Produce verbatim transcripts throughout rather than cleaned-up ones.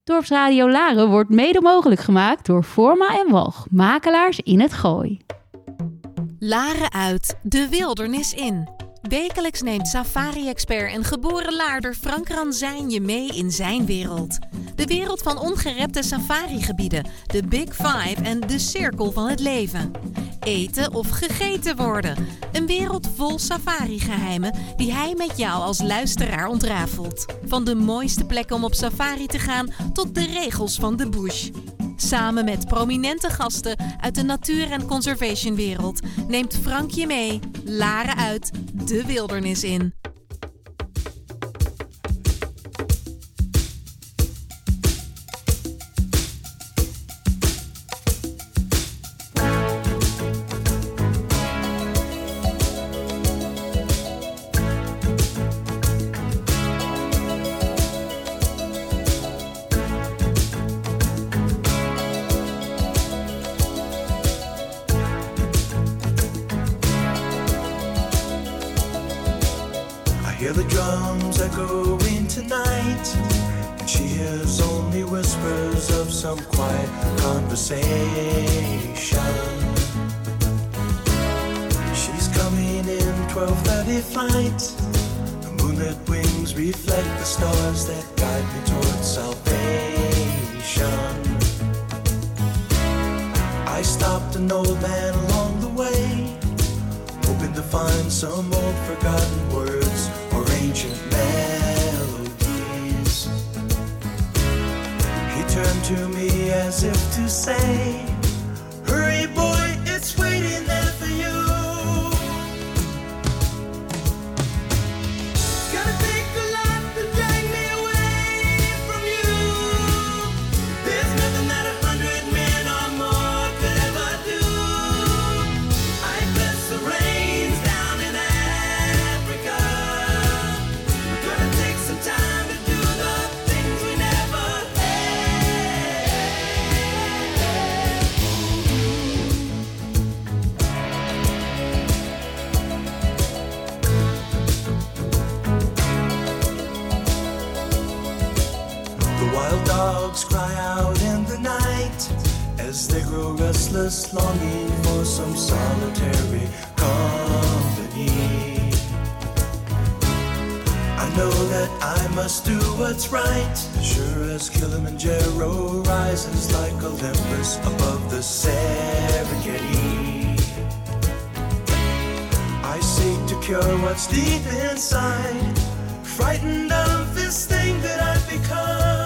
Dorpsradio Laren wordt mede mogelijk gemaakt door Forma en Walch, makelaars in het Gooi. Laren uit, de wildernis in. Wekelijks neemt safari-expert en geboren Laarder Frank Ranzijn je mee in zijn wereld. De wereld van ongerepte safarigebieden, de Big Five en de cirkel van het leven. Eten of gegeten worden. Een wereld vol safari-geheimen die hij met jou als luisteraar ontrafelt. Van de mooiste plekken om op safari te gaan tot de regels van de bush. Samen met prominente gasten uit de natuur- en conservationwereld neemt Frank je mee, Laren uit, de wildernis in. Hear the drums echoing tonight, and she hears only whispers of some quiet conversation. She's coming in twelve thirty flight. The moonlit wings reflect the stars that guide me towards salvation. I stopped an old man along the way, hoping to find some old forgotten words or ancient melodies. He turned to me as if to say, hurry boy, it's waiting there for you. It's gonna take a lot to drag me away from you. There's nothing that a hundred men or more could ever do. I bless the rains down in Africa. We're gonna take some time to do the things we never had. The wild dogs cry out in the night as they grow restless, longing for some solitary company. I know that I must do what's right, sure as Kilimanjaro rises like Olympus above the Serengeti. I seek to cure what's deep inside, frightened of this thing that I've become.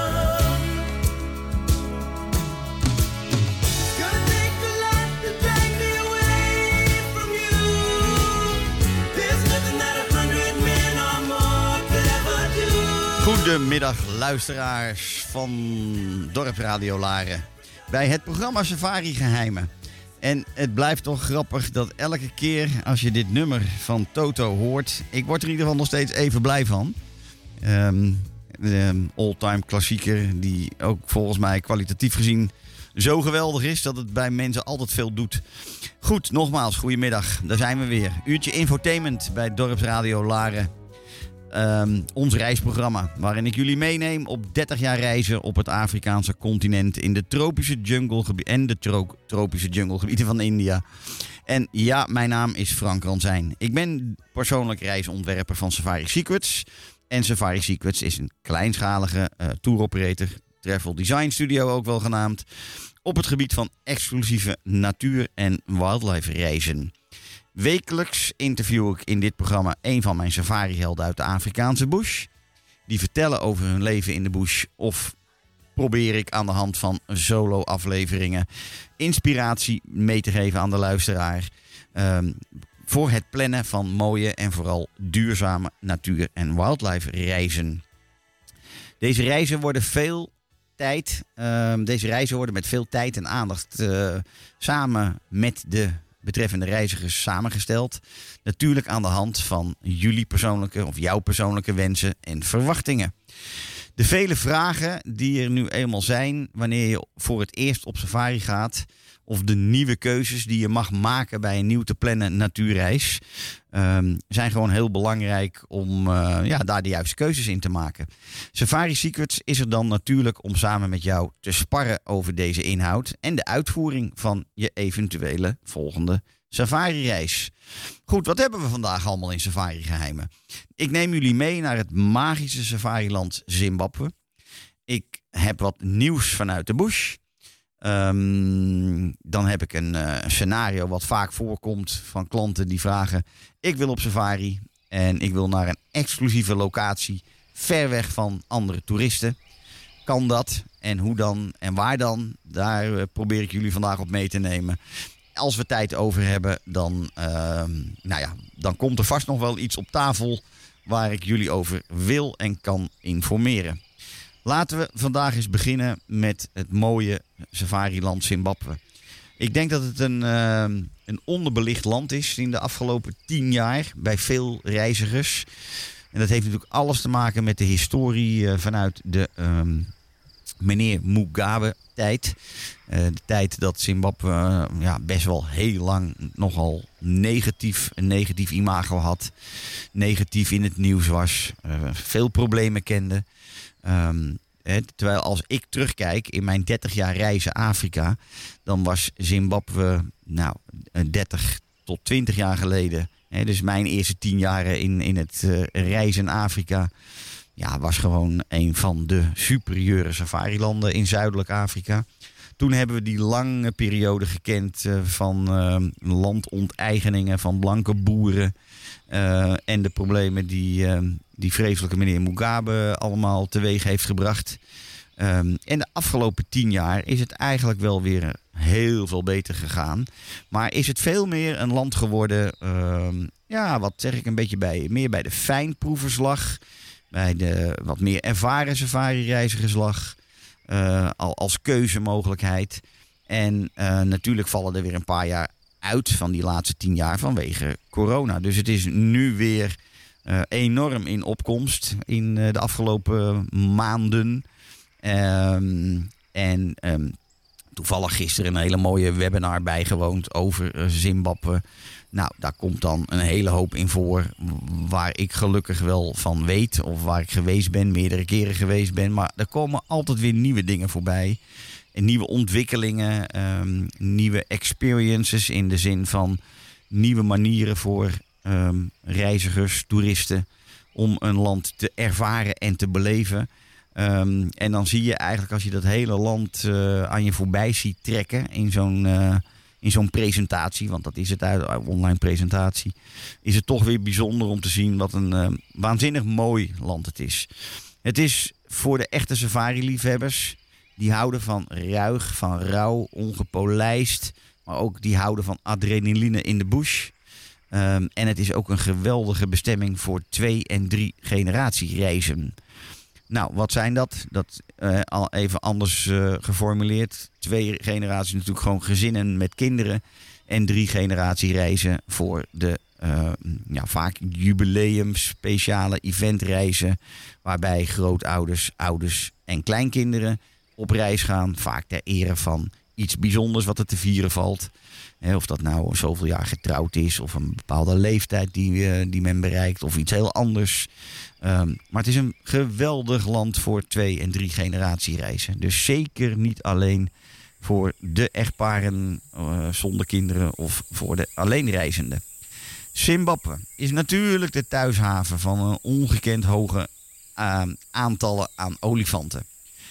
It's gonna take a lot to drag me away from you. There's nothing that a hundred men or more could ever do. Goedemiddag luisteraars van Dorpsradio Laren bij het programma Safari Geheimen. En het blijft toch grappig dat elke keer als je dit nummer van Toto hoort, ik word er in ieder geval nog steeds even blij van. Um, de all-time klassieker die ook volgens mij kwalitatief gezien zo geweldig is dat het bij mensen altijd veel doet. Goed, nogmaals, goedemiddag. Daar zijn we weer. Uurtje infotainment bij Dorpsradio Laren. Um, ons reisprogramma waarin ik jullie meeneem op dertig jaar reizen op het Afrikaanse continent in de tropische junglegebieden en de tro- tropische junglegebieden van India. En ja, mijn naam is Frank Ranzijn. Ik ben persoonlijk reisontwerper van Safari Secrets. En Safari Secrets is een kleinschalige uh, touroperator, travel design studio ook wel genaamd, op het gebied van exclusieve natuur- en wildlife reizen. Wekelijks interview ik in dit programma een van mijn safarihelden uit de Afrikaanse bush. Die vertellen over hun leven in de bush of probeer ik aan de hand van solo-afleveringen inspiratie mee te geven aan de luisteraar. Um, voor het plannen van mooie en vooral duurzame natuur- en wildlife reizen. Deze reizen worden veel tijd, uh, deze reizen worden met veel tijd en aandacht uh, samen met de betreffende reizigers samengesteld. Natuurlijk aan de hand van jullie persoonlijke of jouw persoonlijke wensen en verwachtingen. De vele vragen die er nu eenmaal zijn wanneer je voor het eerst op safari gaat of de nieuwe keuzes die je mag maken bij een nieuw te plannen natuurreis um, zijn gewoon heel belangrijk om uh, ja, daar de juiste keuzes in te maken. Safari Secrets is er dan natuurlijk om samen met jou te sparren over deze inhoud en de uitvoering van je eventuele volgende safari-reis. Goed, wat hebben we vandaag allemaal in Safari Geheimen? Ik neem jullie mee naar het magische safariland Zimbabwe. Ik heb wat nieuws vanuit de bush. Um, dan heb ik een, uh, een scenario wat vaak voorkomt van klanten die vragen: ik wil op safari en ik wil naar een exclusieve locatie ver weg van andere toeristen. Kan dat? En hoe dan? En waar dan? Daar uh, probeer ik jullie vandaag op mee te nemen. Als we tijd over hebben, dan, uh, nou ja, dan komt er vast nog wel iets op tafel waar ik jullie over wil en kan informeren. Laten we vandaag eens beginnen met het mooie safariland Zimbabwe. Ik denk dat het een, uh, een onderbelicht land is in de afgelopen tien jaar bij veel reizigers. En dat heeft natuurlijk alles te maken met de historie uh, vanuit de um, meneer Mugabe-tijd. Uh, de tijd dat Zimbabwe uh, ja, best wel heel lang nogal negatief, een negatief imago had. Negatief in het nieuws was. Uh, veel problemen kende. Um, he, terwijl als ik terugkijk in mijn dertig jaar reizen Afrika, dan was Zimbabwe nou dertig tot twintig jaar geleden. He, dus mijn eerste tien jaren in, in het uh, reizen Afrika, ja, was gewoon een van de superieure safarilanden in Zuidelijk Afrika. Toen hebben we die lange periode gekend uh, van uh, landonteigeningen van blanke boeren. Uh, en de problemen die uh, die vreselijke meneer Mugabe allemaal teweeg heeft gebracht. Um, en de afgelopen tien jaar is het eigenlijk wel weer heel veel beter gegaan. Maar is het veel meer een land geworden, um, ja, wat zeg ik een beetje bij, meer bij de fijnproevers lag. Bij de wat meer ervaren safari-reizigers lag. Uh, al als keuzemogelijkheid. En uh, natuurlijk vallen er weer een paar jaar uit van die laatste tien jaar vanwege corona. Dus het is nu weer uh, enorm in opkomst in uh, de afgelopen maanden. Um, en um, toevallig gisteren een hele mooie webinar bijgewoond over uh, Zimbabwe. Nou, daar komt dan een hele hoop in voor waar ik gelukkig wel van weet. Of waar ik geweest ben, meerdere keren geweest ben. Maar er komen altijd weer nieuwe dingen voorbij. En nieuwe ontwikkelingen, um, nieuwe experiences in de zin van nieuwe manieren voor um, reizigers, toeristen om een land te ervaren en te beleven. Um, en dan zie je eigenlijk als je dat hele land uh, aan je voorbij ziet trekken in zo'n, uh, in zo'n presentatie, want dat is het uit, uh, online presentatie, is het toch weer bijzonder om te zien wat een uh, waanzinnig mooi land het is. Het is voor de echte safari-liefhebbers. Die houden van ruig, van rauw, ongepolijst. Maar ook die houden van adrenaline in de bush. Um, en het is ook een geweldige bestemming voor twee- en drie generatie reizen. Nou, wat zijn dat? Dat uh, al even anders uh, geformuleerd. Twee generaties natuurlijk gewoon gezinnen met kinderen. En drie generatie reizen voor de uh, ja, vaak jubileum, speciale eventreizen. Waarbij grootouders, ouders en kleinkinderen op reis gaan, vaak ter ere van iets bijzonders wat er te vieren valt. He, of dat nou zoveel jaar getrouwd is, of een bepaalde leeftijd die, uh, die men bereikt, of iets heel anders. Um, maar het is een geweldig land voor twee- en drie generatie reizen. Dus zeker niet alleen voor de echtparen uh, zonder kinderen of voor de alleenreizenden. Zimbabwe is natuurlijk de thuishaven van een ongekend hoge uh, aantallen aan olifanten.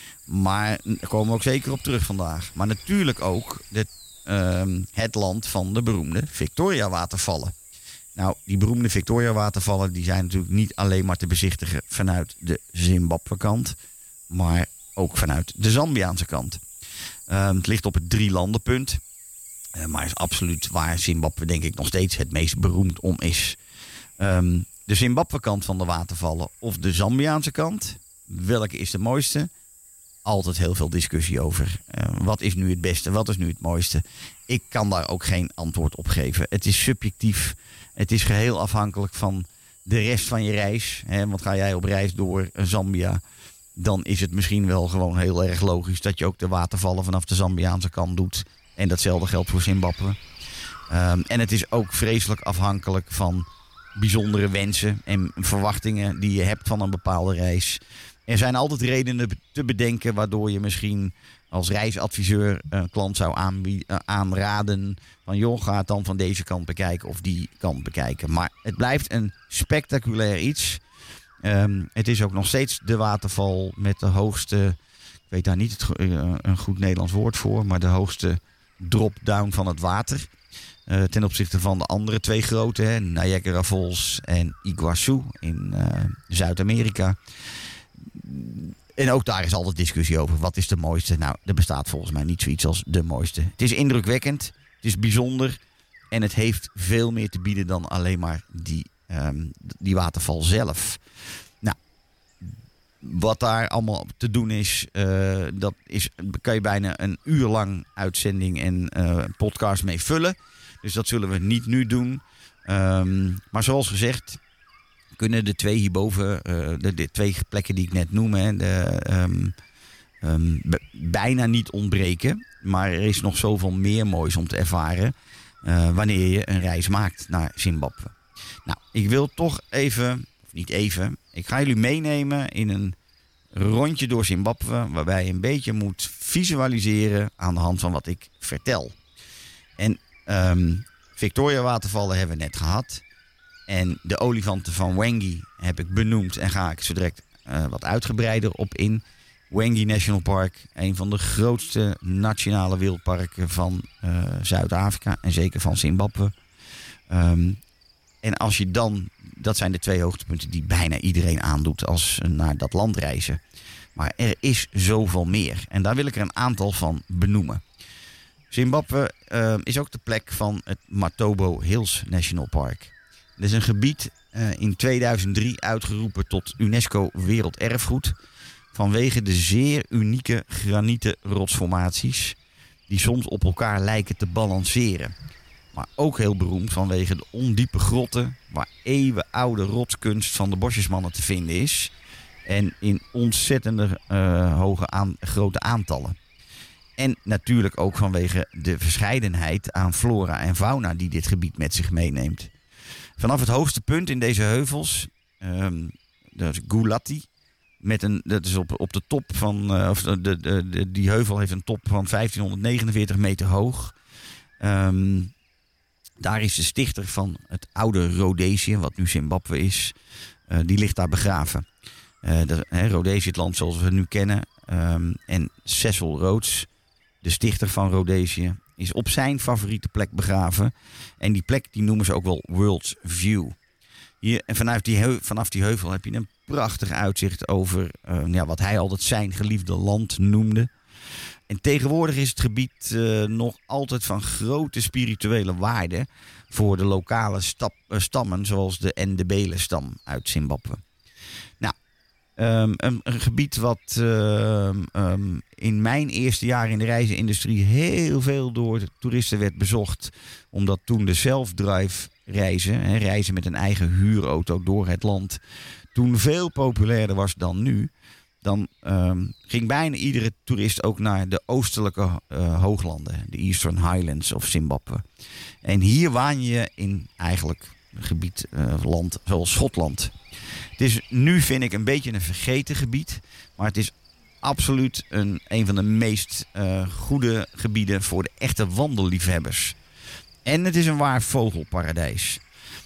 Maar daar komen we ook zeker op terug vandaag. Maar natuurlijk ook de, uh, het land van de beroemde Victoria-watervallen. Nou, die beroemde Victoria-watervallen die zijn natuurlijk niet alleen maar te bezichtigen vanuit de Zimbabwe-kant, maar ook vanuit de Zambiaanse kant. Uh, het ligt op het drielandenpunt, uh, maar is absoluut waar Zimbabwe denk ik nog steeds het meest beroemd om is. Um, de Zimbabwe-kant van de watervallen of de Zambiaanse kant, welke is de mooiste? Altijd heel veel discussie over. Uh, wat is nu het beste? Wat is nu het mooiste? Ik kan daar ook geen antwoord op geven. Het is subjectief. Het is geheel afhankelijk van de rest van je reis. Hè? Want ga jij op reis door Zambia, dan is het misschien wel gewoon heel erg logisch dat je ook de watervallen vanaf de Zambiaanse kant doet En datzelfde geldt voor Zimbabwe. Um, en het is ook vreselijk afhankelijk van bijzondere wensen en verwachtingen die je hebt van een bepaalde reis. Er zijn altijd redenen te bedenken waardoor je misschien als reisadviseur een klant zou aanbieden, aanraden van joh, ga het dan van deze kant bekijken of die kant bekijken. Maar het blijft een spectaculair iets. Um, het is ook nog steeds de waterval met de hoogste, ik weet daar niet het, uh, een goed Nederlands woord voor, maar de hoogste drop-down van het water. Uh, ten opzichte van de andere twee grote, hè, Niagara Falls en Iguazu in uh, Zuid-Amerika. En ook daar is altijd discussie over. Wat is de mooiste? Nou, er bestaat volgens mij niet zoiets als de mooiste. Het is indrukwekkend, het is bijzonder en het heeft veel meer te bieden dan alleen maar die, um, die waterval zelf. Nou, wat daar allemaal te doen is, uh, dat is, kan je bijna een uur lang uitzending en uh, podcast mee vullen. Dus dat zullen we niet nu doen. Um, maar zoals gezegd, kunnen de twee hierboven, uh, de, de twee plekken die ik net noem, hè, de, um, um, b- bijna niet ontbreken. Maar er is nog zoveel meer moois om te ervaren uh, wanneer je een reis maakt naar Zimbabwe. Nou, ik wil toch even, of niet even, ik ga jullie meenemen in een rondje door Zimbabwe, waarbij je een beetje moet visualiseren aan de hand van wat ik vertel. En um, Victoria watervallen hebben we net gehad. En de olifanten van Wangi heb ik benoemd en ga ik zo direct uh, wat uitgebreider op in. Wangi National Park, een van de grootste nationale wildparken van uh, Zuid-Afrika en zeker van Zimbabwe. Um, en als je dan, dat zijn de twee hoogtepunten die bijna iedereen aandoet als uh, naar dat land reizen. Maar er is zoveel meer en daar wil ik er een aantal van benoemen. Zimbabwe uh, is ook de plek van het Matobo Hills National Park. Het is een gebied uh, in tweeduizend drie uitgeroepen tot UNESCO Werelderfgoed vanwege de zeer unieke granieten rotsformaties die soms op elkaar lijken te balanceren. Maar ook heel beroemd vanwege de ondiepe grotten waar eeuwenoude rotskunst van de bosjesmannen te vinden is en in ontzettende uh, hoge aan, grote aantallen. En natuurlijk ook vanwege de verscheidenheid aan flora en fauna die dit gebied met zich meeneemt. Vanaf het hoogste punt in deze heuvels, um, dat is Gulati, met een, dat is op, op de top van, uh, of de, de, de, die heuvel heeft een top van vijftienhonderdnegenenveertig meter hoog. Um, daar is de stichter van het oude Rhodesië, wat nu Zimbabwe is, uh, die ligt daar begraven. Uh, de, hè, Rhodesië, het land zoals we het nu kennen, um, en Cecil Rhodes, de stichter van Rhodesië, is op zijn favoriete plek begraven. En die plek die noemen ze ook wel World's View. Hier, en vanaf die, heu, vanaf die heuvel heb je een prachtig uitzicht over uh, ja, wat hij altijd zijn geliefde land noemde. En tegenwoordig is het gebied uh, nog altijd van grote spirituele waarde voor de lokale stap, uh, stammen, zoals de Ndebele-stam uit Zimbabwe. Nou, Um, een, een gebied wat uh, um, in mijn eerste jaar in de reizenindustrie heel veel door de toeristen werd bezocht. Omdat toen de self-drive reizen, hè, reizen met een eigen huurauto door het land, toen veel populairder was dan nu. Dan um, ging bijna iedere toerist ook naar de oostelijke uh, hooglanden, de Eastern Highlands of Zimbabwe. En hier waan je in eigenlijk een gebied, uh, land zoals Schotland. Het is nu, vind ik, een beetje een vergeten gebied. Maar het is absoluut een, een van de meest uh, goede gebieden voor de echte wandelliefhebbers. En het is een waar vogelparadijs.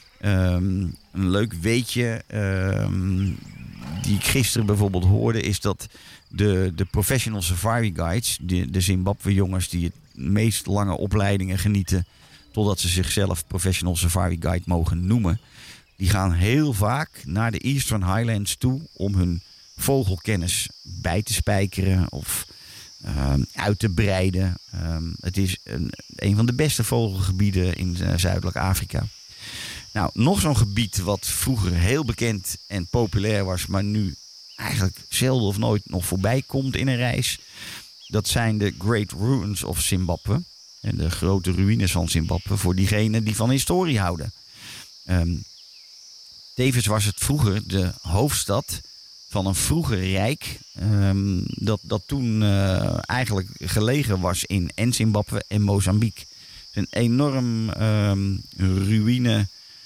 Um, een leuk weetje um, die ik gisteren bijvoorbeeld hoorde, is dat de, de professional safari guides, de, de Zimbabwe jongens die het meest lange opleidingen genieten, totdat ze zichzelf professional safari guide mogen noemen, die gaan heel vaak naar de Eastern Highlands toe om hun vogelkennis bij te spijkeren of um, uit te breiden. Um, het is een, een van de beste vogelgebieden in uh, Zuidelijk Afrika. Nou, nog zo'n gebied wat vroeger heel bekend en populair was, maar nu eigenlijk zelden of nooit nog voorbij komt in een reis. Dat zijn de Great Ruins of Zimbabwe. En de grote ruïnes van Zimbabwe voor diegenen die van historie houden. Um, tevens was het vroeger de hoofdstad van een vroeger rijk. Um, dat, dat toen uh, eigenlijk gelegen was in en Zimbabwe en Mozambique. Een enorm um, ruïne,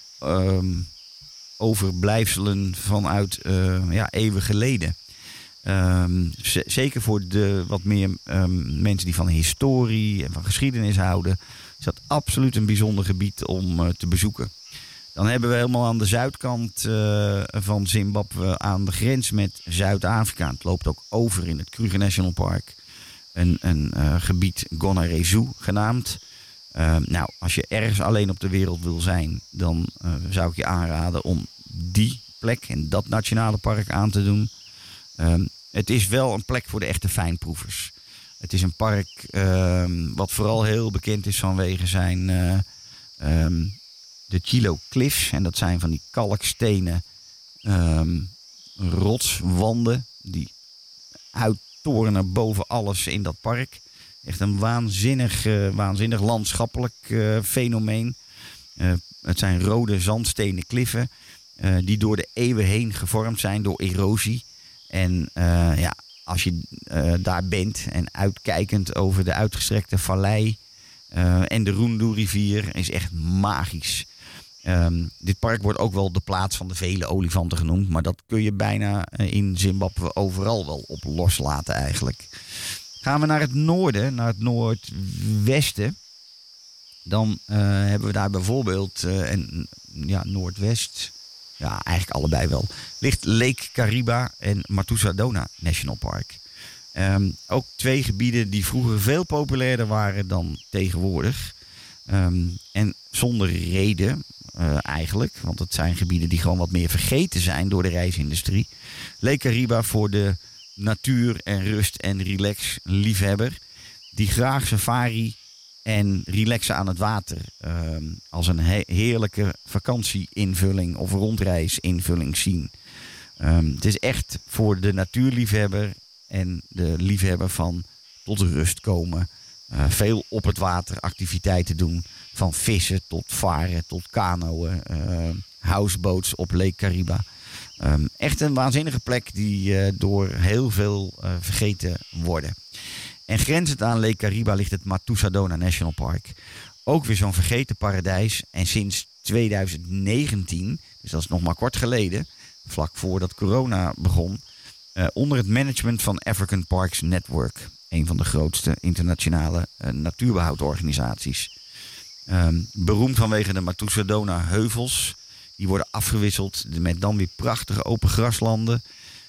um, overblijfselen vanuit uh, ja, eeuwen geleden. Um, z- zeker voor de wat meer um, mensen die van historie en van geschiedenis houden, is dat absoluut een bijzonder gebied om uh, te bezoeken. Dan hebben we helemaal aan de zuidkant uh, van Zimbabwe, aan de grens met Zuid-Afrika. Het loopt ook over in het Kruger National Park. Een, een uh, gebied Gonarezu genaamd. Uh, nou, als je ergens alleen op de wereld wil zijn, dan uh, zou ik je aanraden om die plek en dat nationale park aan te doen. Um, het is wel een plek voor de echte fijnproevers. Het is een park um, wat vooral heel bekend is vanwege zijn uh, um, de Chilo Cliffs. En dat zijn van die kalkstenen um, rotswanden die uittorenen boven alles in dat park. Echt een waanzinnig, uh, waanzinnig landschappelijk uh, fenomeen. Uh, het zijn rode zandstenen kliffen uh, die door de eeuwen heen gevormd zijn door erosie. En uh, ja, als je uh, daar bent en uitkijkend over de uitgestrekte vallei uh, en de Rundu-rivier, is echt magisch. Um, dit park wordt ook wel de plaats van de vele olifanten genoemd, maar dat kun je bijna uh, in Zimbabwe overal wel op loslaten eigenlijk. Gaan we naar het noorden, naar het noordwesten, dan uh, hebben we daar bijvoorbeeld, uh, en ja, noordwest, ja, eigenlijk allebei wel, ligt Lake Kariba en Matusadona National Park. Um, ook twee gebieden die vroeger veel populairder waren dan tegenwoordig. Um, en zonder reden uh, eigenlijk, want het zijn gebieden die gewoon wat meer vergeten zijn door de reisindustrie. Lake Kariba voor de natuur en rust en relax liefhebber die graag safari en relaxen aan het water um, als een he- heerlijke vakantie-invulling of rondreis-invulling zien. Um, het is echt voor de natuurliefhebber en de liefhebber van tot rust komen. Uh, veel op het water activiteiten doen. Van vissen tot varen tot kanoën. Uh, houseboats op Lake Kariba. Um, echt een waanzinnige plek die uh, door heel veel uh, vergeten worden. En grenzend aan Lake Kariba ligt het Matusadona National Park. Ook weer zo'n vergeten paradijs. En sinds twintig negentien, dus dat is nog maar kort geleden, vlak voordat corona begon, uh, onder het management van African Parks Network. Een van de grootste internationale uh, natuurbehoudorganisaties. Um, beroemd vanwege de Matusadona heuvels. Die worden afgewisseld met dan weer prachtige open graslanden.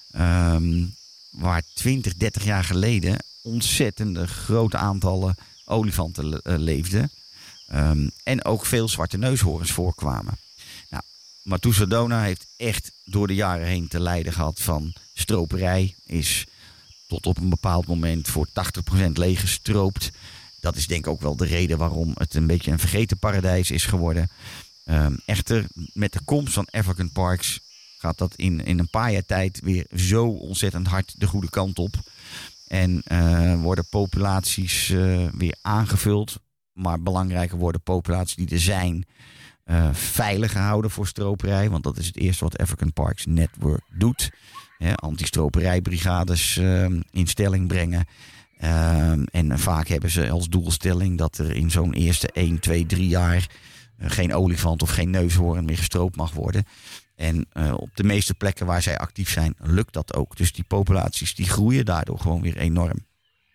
Um, waar twintig, dertig jaar geleden ontzettende grote aantallen olifanten le- uh, leefden. Um, en ook veel zwarte neushoorns voorkwamen. Nou, Matusadona heeft echt door de jaren heen te lijden gehad van stroperij. Is tot op een bepaald moment voor tachtig procent leeggestroopt. Dat is denk ik ook wel de reden waarom het een beetje een vergeten paradijs is geworden. Um, echter, met de komst van African Parks gaat dat in, in een paar jaar tijd weer zo ontzettend hard de goede kant op. En uh, worden populaties uh, weer aangevuld. Maar belangrijker worden populaties die er zijn uh, veilig gehouden voor stroperij. Want dat is het eerste wat African Parks Network doet. He, anti-stroperijbrigades uh, in stelling brengen. Uh, en vaak hebben ze als doelstelling dat er in zo'n eerste één, twee, drie jaar uh, geen olifant of geen neushoorn meer gestroopt mag worden. En uh, op de meeste plekken waar zij actief zijn, lukt dat ook. Dus die populaties die groeien daardoor gewoon weer enorm.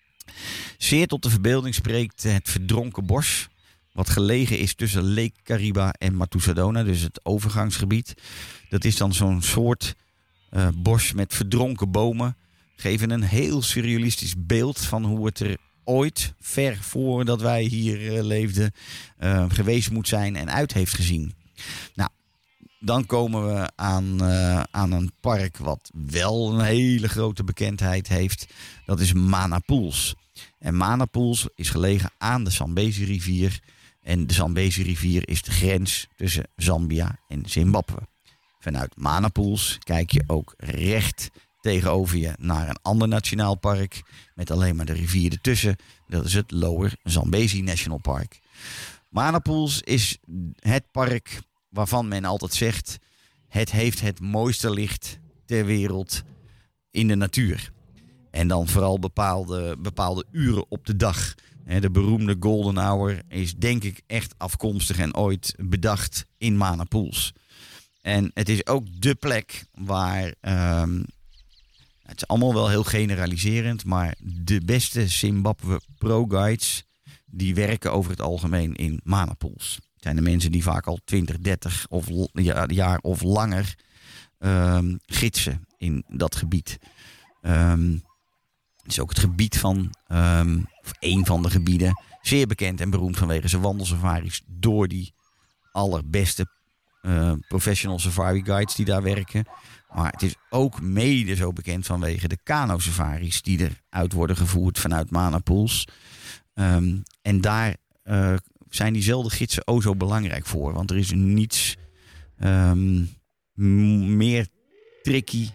Zeer tot de verbeelding spreekt het Verdronken Bos, wat gelegen is tussen Lake Kariba en Matusadona, dus het overgangsgebied. Dat is dan zo'n soort uh, bos met verdronken bomen. Geven een heel surrealistisch beeld van hoe het er ooit, ver voordat wij hier uh, leefden, uh, geweest moet zijn en uit heeft gezien. Nou, dan komen we aan, uh, aan een park wat wel een hele grote bekendheid heeft. Dat is Mana Pools. En Mana Pools is gelegen aan de Zambezi-rivier. En de Zambezi-rivier is de grens tussen Zambia en Zimbabwe. Vanuit Mana Pools kijk je ook recht tegenover je naar een ander nationaal park met alleen maar de rivier ertussen. Dat is het Lower Zambezi National Park. Mana Pools is het park waarvan men altijd zegt: het heeft het mooiste licht ter wereld. in de natuur. En dan vooral bepaalde, bepaalde uren op de dag. Hè, de beroemde Golden Hour is denk ik echt afkomstig en ooit bedacht in Mana Pools. En het is ook de plek waar... Um, het is allemaal wel heel generaliserend, maar de beste Zimbabwe pro-guides die werken over het algemeen in Mana Pools. Het zijn de mensen die vaak al twintig, dertig of ja, jaar of langer um, gidsen in dat gebied. Um, het is ook het gebied van, um, of één van de gebieden, zeer bekend en beroemd vanwege zijn wandelsafaris door die allerbeste uh, professional safari guides die daar werken. Maar het is ook mede zo bekend vanwege de kano-safaris die eruit worden gevoerd vanuit Mana Pools. Um, en daar uh, zijn diezelfde gidsen o zo belangrijk voor. Want er is niets um, m- meer tricky,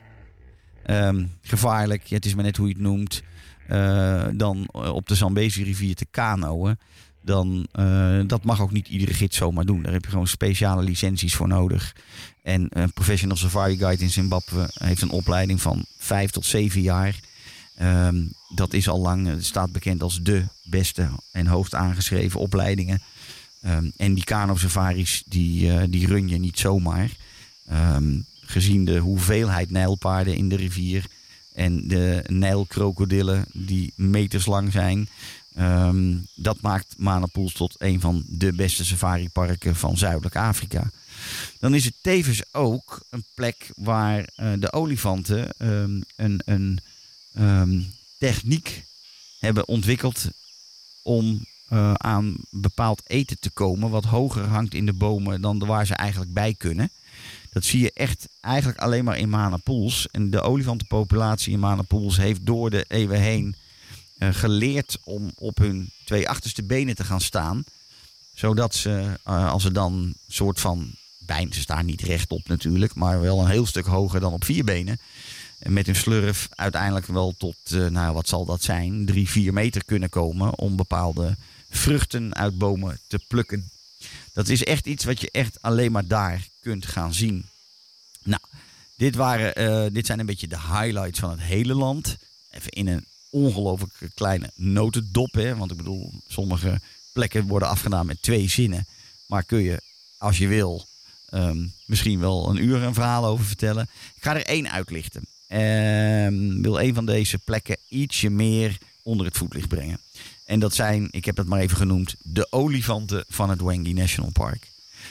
um, gevaarlijk, ja, het is maar net hoe je het noemt, uh, dan op de Zambezi rivier te kanoën. Dan, uh, dat mag ook niet iedere gids zomaar doen. Daar heb je gewoon speciale licenties voor nodig. En een professional safari guide in Zimbabwe heeft een opleiding van vijf tot zeven jaar. Um, dat is al lang, het staat bekend als de beste en hoogst aangeschreven opleidingen. Um, en die kano-safaris, die, uh, die run je niet zomaar. Um, gezien de hoeveelheid nijlpaarden in de rivier en de nijlkrokodillen die meters lang zijn. Um, dat maakt Mana Pools tot een van de beste safariparken van Zuidelijk Afrika. Dan is het tevens ook een plek waar uh, de olifanten um, een, een um, techniek hebben ontwikkeld om uh, aan bepaald eten te komen wat hoger hangt in de bomen dan de waar ze eigenlijk bij kunnen. Dat zie je echt eigenlijk alleen maar in Mana Pools. En de olifantenpopulatie in Mana Pools heeft door de eeuwen heen uh, geleerd om op hun twee achterste benen te gaan staan. Zodat ze, uh, als ze dan soort van, bijna, ze staan niet rechtop natuurlijk, maar wel een heel stuk hoger dan op vier benen. En met hun slurf uiteindelijk wel tot, uh, nou wat zal dat zijn, drie, vier meter kunnen komen om bepaalde vruchten uit bomen te plukken. Dat is echt iets wat je echt alleen maar daar kunt gaan zien. Nou, dit, waren, uh, dit zijn een beetje de highlights van het hele land. Even in een ongelooflijk kleine notendop. Hè? Want ik bedoel, sommige plekken worden afgedaan met twee zinnen. Maar kun je, als je wil, um, misschien wel een uur een verhaal over vertellen. Ik ga er één uitlichten. Um, wil een van deze plekken ietsje meer onder het voetlicht brengen. En dat zijn, ik heb het maar even genoemd, de olifanten van het Hwange National Park.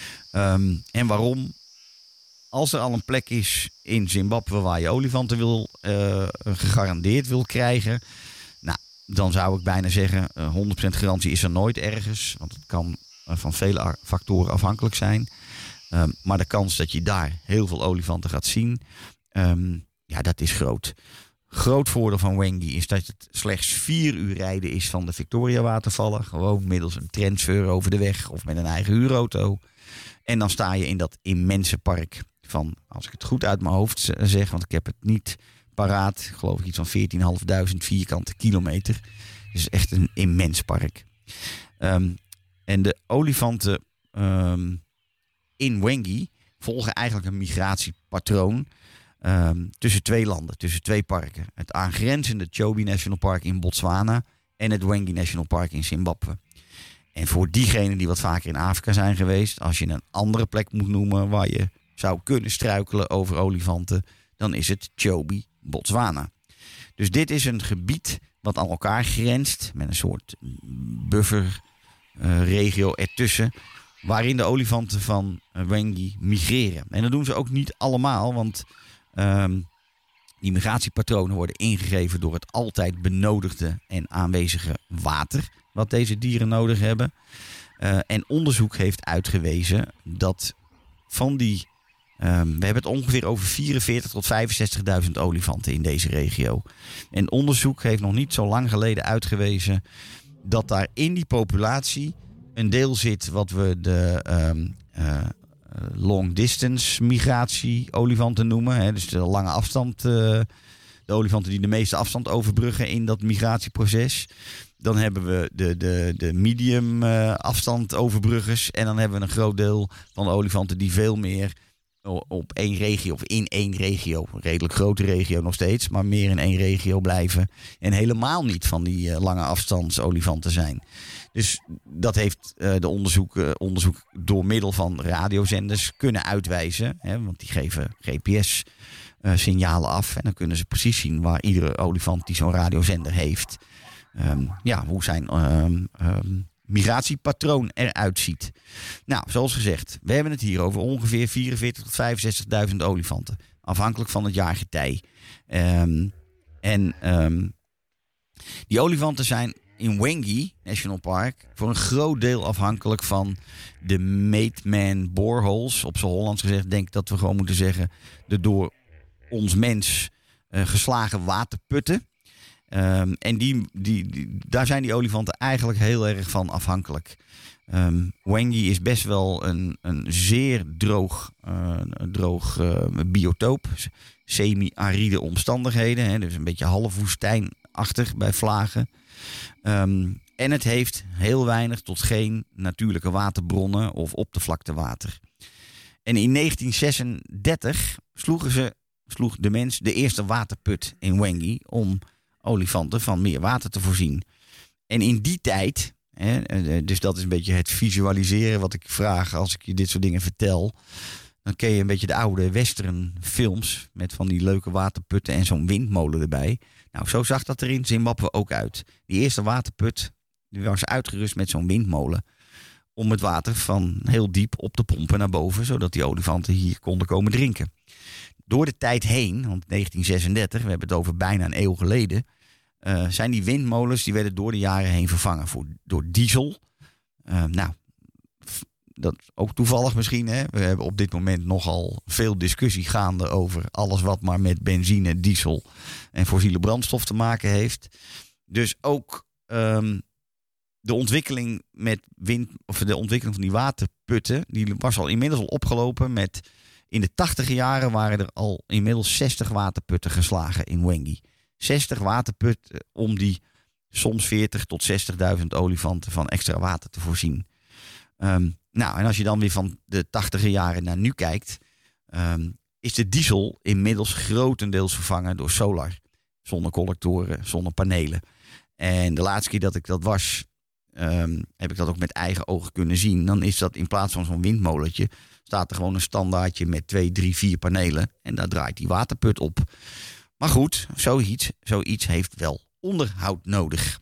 Um, en waarom? Als er al een plek is in Zimbabwe waar je olifanten wil, uh, gegarandeerd wil krijgen, nou, dan zou ik bijna zeggen, uh, honderd procent garantie is er nooit ergens. Want het kan uh, van vele factoren afhankelijk zijn. Um, maar de kans dat je daar heel veel olifanten gaat zien, um, ja, dat is groot. Groot voordeel van Hwange is dat het slechts vier uur rijden is van de Victoria-watervallen. Gewoon middels een transfer over de weg of met een eigen huurauto. En dan sta je in dat immense park van, als ik het goed uit mijn hoofd zeg, want ik heb het niet paraat, geloof ik iets van veertienduizend vierkante kilometer. Dus echt een immens park. Um, en de olifanten um, in Hwange volgen eigenlijk een migratiepatroon Um, tussen twee landen, tussen twee parken. Het aangrenzende Chobe National Park in Botswana en het Hwange National Park in Zimbabwe. En voor diegenen die wat vaker in Afrika zijn geweest, als je een andere plek moet noemen waar je zou kunnen struikelen over olifanten, dan is het Chobe, Botswana. Dus dit is een gebied wat aan elkaar grenst met een soort bufferregio uh, ertussen, waarin de olifanten van uh, Hwange migreren. En dat doen ze ook niet allemaal, want Um, die migratiepatronen worden ingegeven door het altijd benodigde en aanwezige water wat deze dieren nodig hebben. Uh, en onderzoek heeft uitgewezen dat van die, um, we hebben het ongeveer over vierenveertig tot vijfenzestigduizend olifanten in deze regio. En onderzoek heeft nog niet zo lang geleden uitgewezen dat daar in die populatie een deel zit wat we de um, uh, long distance migratie olifanten noemen. Hè, dus de lange afstand, uh, de olifanten die de meeste afstand overbruggen in dat migratieproces. Dan hebben we de, de, de medium uh, afstand overbruggers. En dan hebben we een groot deel van de olifanten die veel meer op één regio of in één regio, een redelijk grote regio nog steeds, maar meer in één regio blijven en helemaal niet van die uh, lange afstandsolifanten zijn. Dus dat heeft uh, de onderzoek, uh, onderzoek door middel van radiozenders kunnen uitwijzen, hè, want die geven G P S-signalen uh, af en dan kunnen ze precies zien waar iedere olifant die zo'n radiozender heeft, um, ja, hoe zijn um, um, migratiepatroon eruit ziet. Nou, zoals gezegd, we hebben het hier over ongeveer vierenveertig tot vijfenzestigduizend olifanten. Afhankelijk van het jaargetij. Um, en um, die olifanten zijn in Wangi National Park voor een groot deel afhankelijk van de Mateman boreholes. Op z'n Hollands gezegd denk ik dat we gewoon moeten zeggen de door ons mens uh, geslagen waterputten. Um, en die, die, die, daar zijn die olifanten eigenlijk heel erg van afhankelijk. Um, Wangi is best wel een, een zeer droog, uh, een droog uh, biotoop. Semi-aride omstandigheden. Hè, dus een beetje halfwoestijnachtig bij vlagen. Um, en het heeft heel weinig tot geen natuurlijke waterbronnen of oppervlaktewater. En in negentien zesendertig sloegen ze, sloeg de mens de eerste waterput in Wangi om olifanten van meer water te voorzien. En in die tijd, hè, dus dat is een beetje het visualiseren wat ik vraag als ik je dit soort dingen vertel. Dan ken je een beetje de oude western films met van die leuke waterputten en zo'n windmolen erbij. Nou, zo zag dat er in Zimbabwe ook uit. Die eerste waterput die was uitgerust met zo'n windmolen om het water van heel diep op te pompen naar boven, zodat die olifanten hier konden komen drinken. Door de tijd heen, want negentien zesendertig, we hebben het over bijna een eeuw geleden, uh, zijn die windmolens, die werden door de jaren heen vervangen voor, door diesel. Uh, nou, f- dat is ook toevallig misschien. Hè? We hebben op dit moment nogal veel discussie gaande over alles wat maar met benzine, diesel en fossiele brandstof te maken heeft. Dus ook um, de ontwikkeling met wind, of de ontwikkeling van die waterputten, die was al inmiddels al opgelopen met. In de tachtige jaren waren er al inmiddels zestig waterputten geslagen in Wangi. zestig waterputten om die soms veertig tot zestigduizend olifanten van extra water te voorzien. Um, nou, en als je dan weer van de tachtige jaren naar nu kijkt, um, is de diesel inmiddels grotendeels vervangen door solar. Zonnecollectoren, zonnepanelen. En de laatste keer dat ik dat was, um, heb ik dat ook met eigen ogen kunnen zien. Dan is dat in plaats van zo'n windmolentje, staat er gewoon een standaardje met twee, drie, vier panelen. En daar draait die waterput op. Maar goed, zoiets, zoiets heeft wel onderhoud nodig.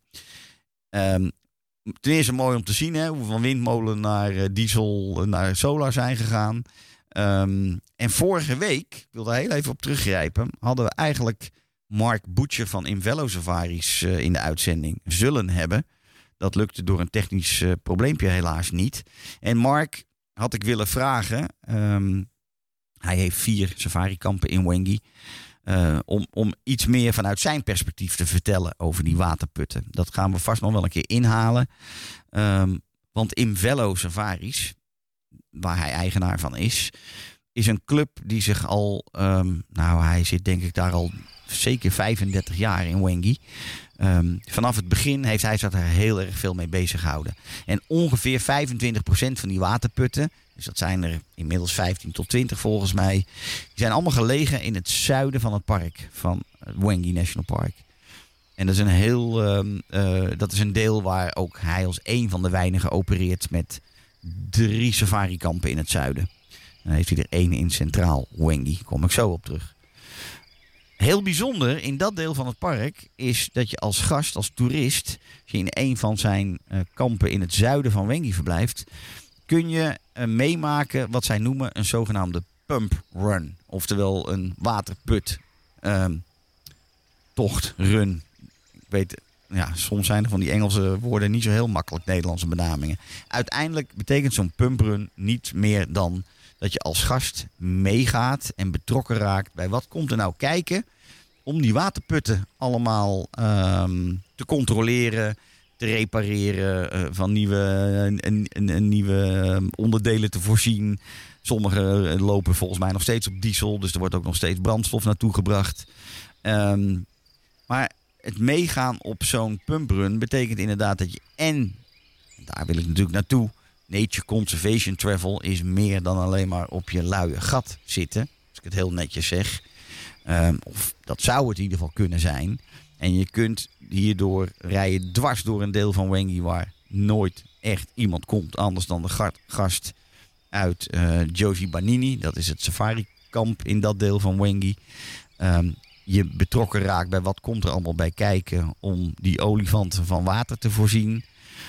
Um, ten eerste mooi om te zien hè, hoe we van windmolen naar uh, diesel, naar solar zijn gegaan. Um, en vorige week, ik wil daar heel even op teruggrijpen, hadden we eigenlijk Mark Butcher van Invello Safaris uh, in de uitzending zullen hebben. Dat lukte door een technisch uh, probleempje helaas niet. En Mark had ik willen vragen, um, hij heeft vier safarikampen in Wangi, uh, om, om iets meer vanuit zijn perspectief te vertellen over die waterputten. Dat gaan we vast nog wel een keer inhalen. Um, want Invello Safaris, waar hij eigenaar van is, is een club die zich al, um, nou hij zit denk ik daar al zeker vijfendertig jaar in Wangi. Um, vanaf het begin heeft hij zich er heel erg veel mee bezig gehouden. En ongeveer vijfentwintig procent van die waterputten, dus dat zijn er inmiddels vijftien tot twintig volgens mij, die zijn allemaal gelegen in het zuiden van het park, van Wangi National Park. En dat is een heel, um, uh, dat is een deel waar ook hij als een van de weinigen opereert met drie safarikampen in het zuiden. Dan heeft hij er één in centraal Wangi, daar kom ik zo op terug. Heel bijzonder in dat deel van het park is dat je als gast, als toerist, als je in een van zijn uh, kampen in het zuiden van Wangi verblijft, kun je uh, meemaken wat zij noemen een zogenaamde pump run. Oftewel een waterput um, tocht, run. Ik weet, ja, soms zijn er van die Engelse woorden niet zo heel makkelijk Nederlandse benamingen. Uiteindelijk betekent zo'n pumprun niet meer dan dat je als gast meegaat en betrokken raakt bij wat komt er nou kijken om die waterputten allemaal um, te controleren, te repareren, uh, van nieuwe, een, een, een nieuwe onderdelen te voorzien. Sommige lopen volgens mij nog steeds op diesel, dus er wordt ook nog steeds brandstof naartoe gebracht. Um, maar het meegaan op zo'n pumprun betekent inderdaad dat je en, daar wil ik natuurlijk naartoe, nature conservation travel is meer dan alleen maar op je luie gat zitten. Als ik het heel netjes zeg. Um, of dat zou het in ieder geval kunnen zijn. En je kunt hierdoor rijden dwars door een deel van Wangi waar nooit echt iemand komt. Anders dan de gast uit uh, Josie Banini. Dat is het safari-kamp in dat deel van Wangi. Um, je betrokken raakt bij wat komt er allemaal bij kijken om die olifanten van water te voorzien.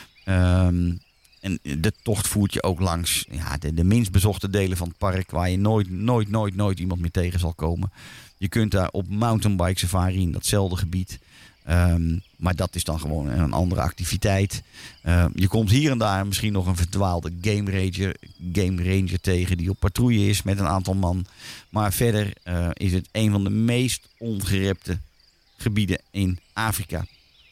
Um, en de tocht voert je ook langs ja, de, de minst bezochte delen van het park waar je nooit, nooit, nooit, nooit iemand meer tegen zal komen. Je kunt daar op mountainbike safari in datzelfde gebied. Um, maar dat is dan gewoon een andere activiteit. Uh, je komt hier en daar misschien nog een verdwaalde game ranger, game ranger tegen die op patrouille is met een aantal man. Maar verder uh, is het een van de meest ongerepte gebieden in Afrika.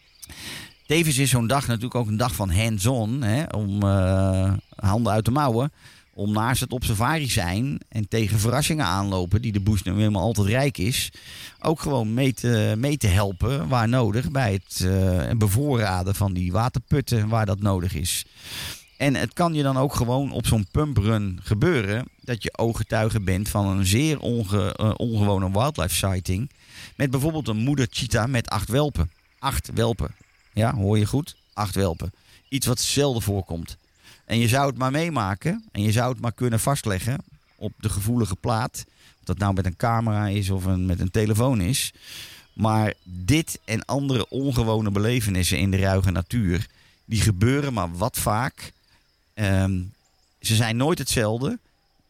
Tevens is zo'n dag natuurlijk ook een dag van hands-on. Hè, om uh, handen uit de mouwen. Om naast het op safari zijn en tegen verrassingen aanlopen, die de bush nu helemaal altijd rijk is, ook gewoon mee te, mee te helpen waar nodig bij het uh, bevoorraden van die waterputten waar dat nodig is. En het kan je dan ook gewoon op zo'n pumprun gebeuren dat je ooggetuige bent van een zeer onge, uh, ongewone wildlife sighting met bijvoorbeeld een moeder cheetah met acht welpen. Acht welpen. Ja, hoor je goed? Acht welpen. Iets wat zelden voorkomt. En je zou het maar meemaken en je zou het maar kunnen vastleggen op de gevoelige plaat. Of dat nou met een camera is of een, met een telefoon is. Maar dit en andere ongewone belevenissen in de ruige natuur, die gebeuren maar wat vaak. Um, ze zijn nooit hetzelfde.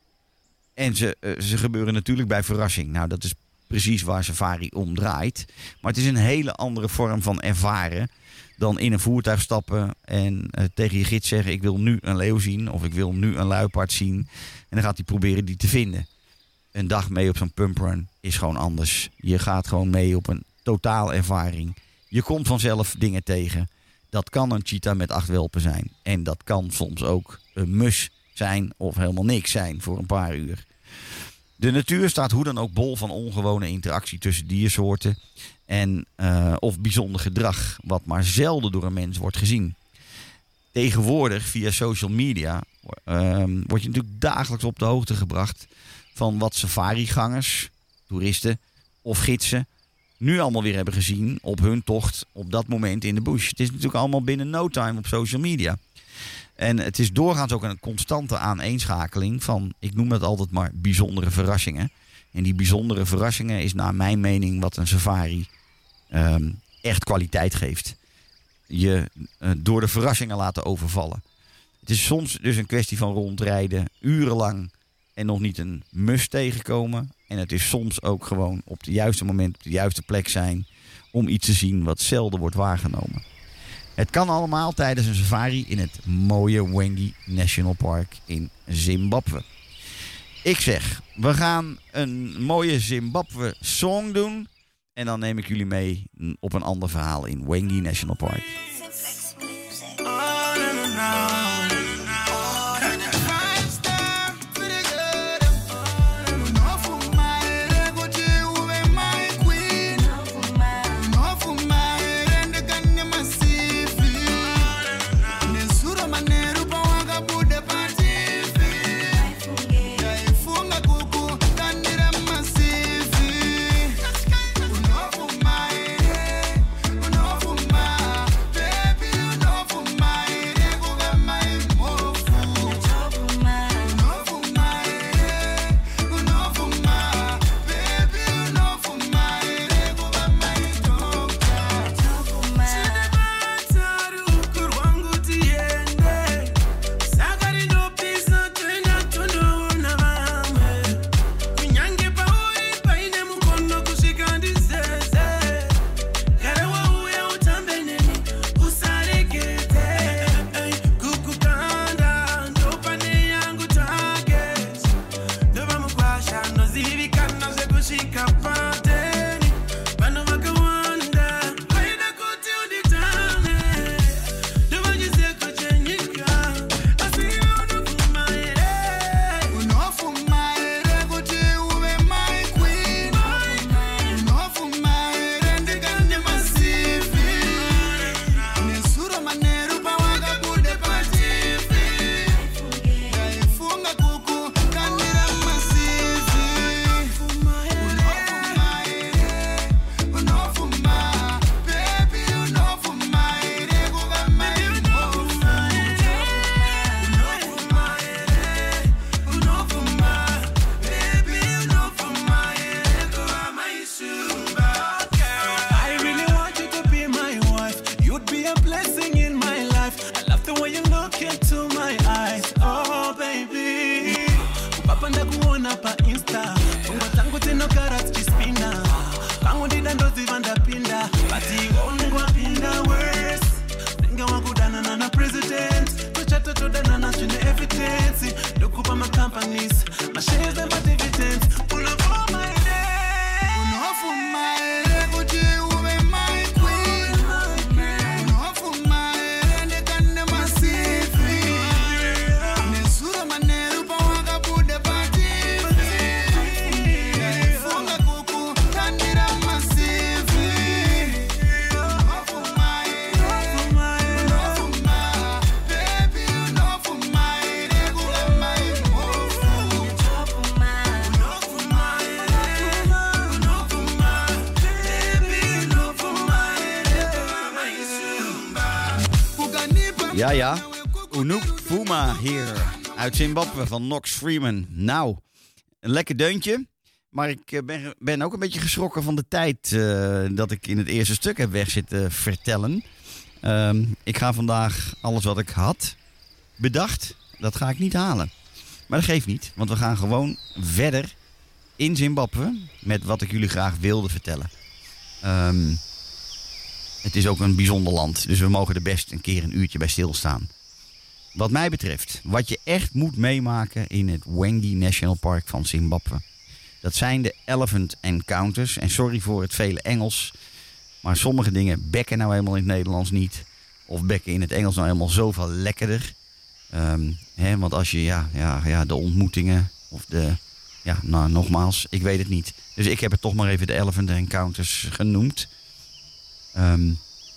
En ze, uh, ze gebeuren natuurlijk bij verrassing. Nou, dat is precies waar safari om draait. Maar het is een hele andere vorm van ervaren dan in een voertuig stappen en uh, tegen je gids zeggen, ik wil nu een leeuw zien of ik wil nu een luipaard zien. En dan gaat hij proberen die te vinden. Een dag mee op zo'n pumprun is gewoon anders. Je gaat gewoon mee op een totaal ervaring. Je komt vanzelf dingen tegen. Dat kan een cheetah met acht welpen zijn. En dat kan soms ook een mus zijn of helemaal niks zijn voor een paar uur. De natuur staat hoe dan ook bol van ongewone interactie tussen diersoorten en uh, of bijzonder gedrag, wat maar zelden door een mens wordt gezien. Tegenwoordig, via social media, uh, word je natuurlijk dagelijks op de hoogte gebracht van wat safarigangers, toeristen of gidsen nu allemaal weer hebben gezien op hun tocht op dat moment in de bush. Het is natuurlijk allemaal binnen no time op social media. En het is doorgaans ook een constante aaneenschakeling van, ik noem het altijd maar, bijzondere verrassingen. En die bijzondere verrassingen is naar mijn mening wat een safari um, echt kwaliteit geeft. Je uh, door de verrassingen laten overvallen. Het is soms dus een kwestie van rondrijden, urenlang en nog niet een mus tegenkomen. En het is soms ook gewoon op het juiste moment op de juiste plek zijn om iets te zien wat zelden wordt waargenomen. Het kan allemaal tijdens een safari in het mooie Wangi National Park in Zimbabwe. Ik zeg, we gaan een mooie Zimbabwe song doen. En dan neem ik jullie mee op een ander verhaal in Wangi National Park. Unofuma, Ja, ja. Unuk Fuma hier uit Zimbabwe van Knox Freeman. Nou, een lekker deuntje. Maar ik ben, ben ook een beetje geschrokken van de tijd uh, dat ik in het eerste stuk heb weg zitten vertellen. Um, ik ga vandaag alles wat ik had bedacht, dat ga ik niet halen. Maar dat geeft niet, want we gaan gewoon verder in Zimbabwe met wat ik jullie graag wilde vertellen. Um, het is ook een bijzonder land, dus we mogen er best een keer een uurtje bij stilstaan. Wat mij betreft, wat je echt moet meemaken in het Hwange National Park van Zimbabwe. Dat zijn de Elephant Encounters. En sorry voor het vele Engels, maar sommige dingen bekken nou helemaal in het Nederlands niet. Of bekken in het Engels nou helemaal zoveel lekkerder. Um, hè, want als je ja, ja, ja, de ontmoetingen of de... Ja, nou nogmaals, ik weet het niet. Dus ik heb het toch maar even de Elephant Encounters genoemd. Um,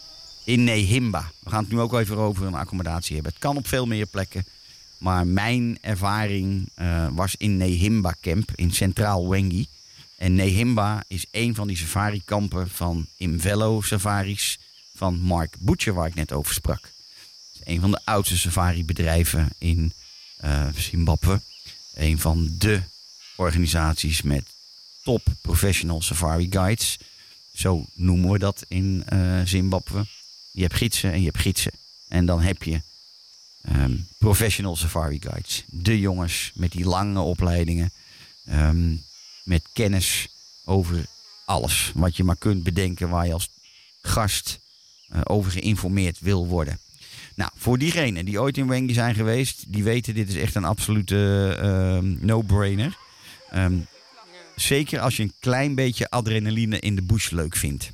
in Nehimba. We gaan het nu ook even over een accommodatie hebben. Het kan op veel meer plekken. Maar mijn ervaring uh, was in Nehimba Camp in Centraal Hwange. En Nehimba is een van die safari-kampen van Imvelo Safaris van Mark Butcher, waar ik net over sprak. Het is een van de oudste safari-bedrijven in uh, Zimbabwe. Een van de organisaties met top professional safari guides. Zo noemen we dat in uh, Zimbabwe. Je hebt gidsen en je hebt gidsen. En dan heb je um, professional safari guides. De jongens met die lange opleidingen. Um, met kennis over alles wat je maar kunt bedenken waar je als gast uh, over geïnformeerd wil worden. Nou, voor diegenen die ooit in Hwange zijn geweest, die weten dit is echt een absolute uh, no-brainer. Um, zeker als je een klein beetje adrenaline in de bush leuk vindt.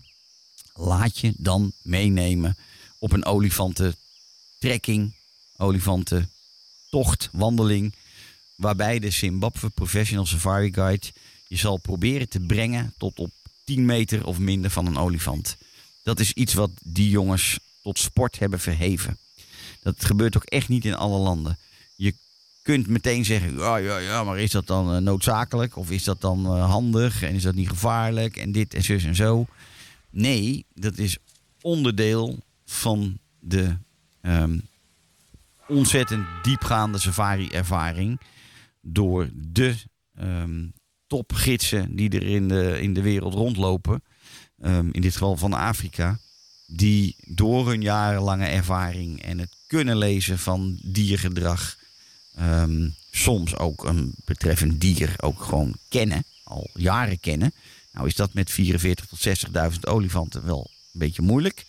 Laat je dan meenemen op een olifantentrekking, olifantentocht, wandeling. Waarbij de Zimbabwe Professional Safari Guide je zal proberen te brengen tot op tien meter of minder van een olifant. Dat is iets wat die jongens tot sport hebben verheven. Dat gebeurt ook echt niet in alle landen. Je kunt meteen zeggen, ja, ja, ja, maar is dat dan uh, noodzakelijk? Of is dat dan uh, handig? En is dat niet gevaarlijk? En dit en zus en zo. Nee, dat is onderdeel van de um, ontzettend diepgaande safari-ervaring door de um, topgidsen die er in de, in de wereld rondlopen. Um, in dit geval van Afrika. Die door hun jarenlange ervaring en het kunnen lezen van diergedrag, um, soms ook een betreffend dier ook gewoon kennen, al jaren kennen. Nou is dat met vierenveertigduizend tot zestigduizend olifanten wel een beetje moeilijk.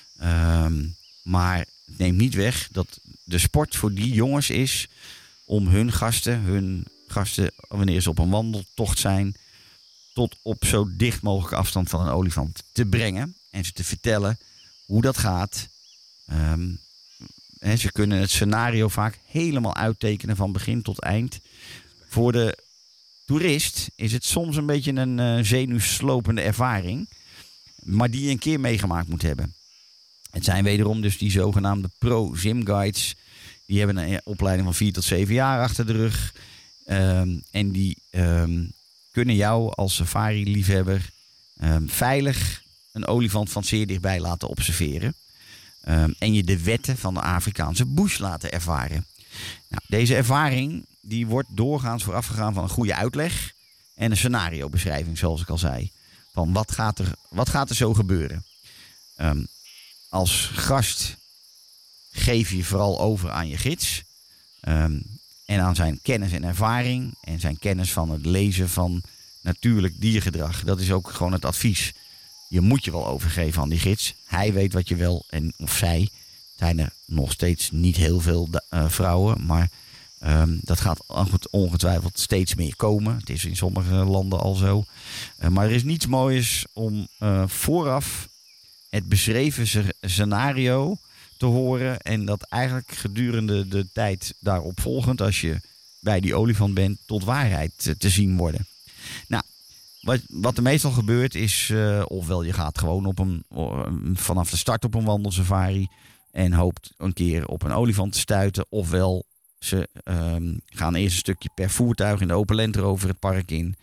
Um, maar het neemt niet weg dat de sport voor die jongens is om hun gasten, hun gasten wanneer ze op een wandeltocht zijn, tot op zo dicht mogelijke afstand van een olifant te brengen. En ze te vertellen hoe dat gaat. Um, he, ze kunnen het scenario vaak helemaal uittekenen van begin tot eind. Voor de toerist is het soms een beetje een uh, zenuwslopende ervaring. Maar die je een keer meegemaakt moet hebben. Het zijn wederom dus die zogenaamde pro-Zim guides. Die hebben een opleiding van vier tot zeven jaar achter de rug. Um, en die um, kunnen jou als safari-liefhebber um, veilig een olifant van zeer dichtbij laten observeren. Um, en je de wetten van de Afrikaanse bush laten ervaren. Nou, deze ervaring die wordt doorgaans voorafgegaan van een goede uitleg en een scenario-beschrijving, zoals ik al zei. Van wat gaat er, wat gaat er zo gebeuren? Um, als gast geef je vooral over aan je gids. Um, en aan zijn kennis en ervaring. En zijn kennis van het lezen van natuurlijk diergedrag. Dat is ook gewoon het advies. Je moet je wel overgeven aan die gids. Hij weet wat je wil en of zij. Zijn er nog steeds niet heel veel uh, vrouwen. Maar um, dat gaat ongetwijfeld steeds meer komen. Het is in sommige landen al zo. Uh, maar er is niets moois om uh, vooraf het beschreven scenario te horen. En dat eigenlijk gedurende de tijd daarop volgend, als je bij die olifant bent, tot waarheid te, te zien worden. Nou, wat, wat er meestal gebeurt is, uh, ofwel je gaat gewoon op een, uh, vanaf de start op een wandelsafari en hoopt een keer op een olifant te stuiten. Ofwel ze um, gaan eerst een stukje per voertuig in de open Land Rover het park in.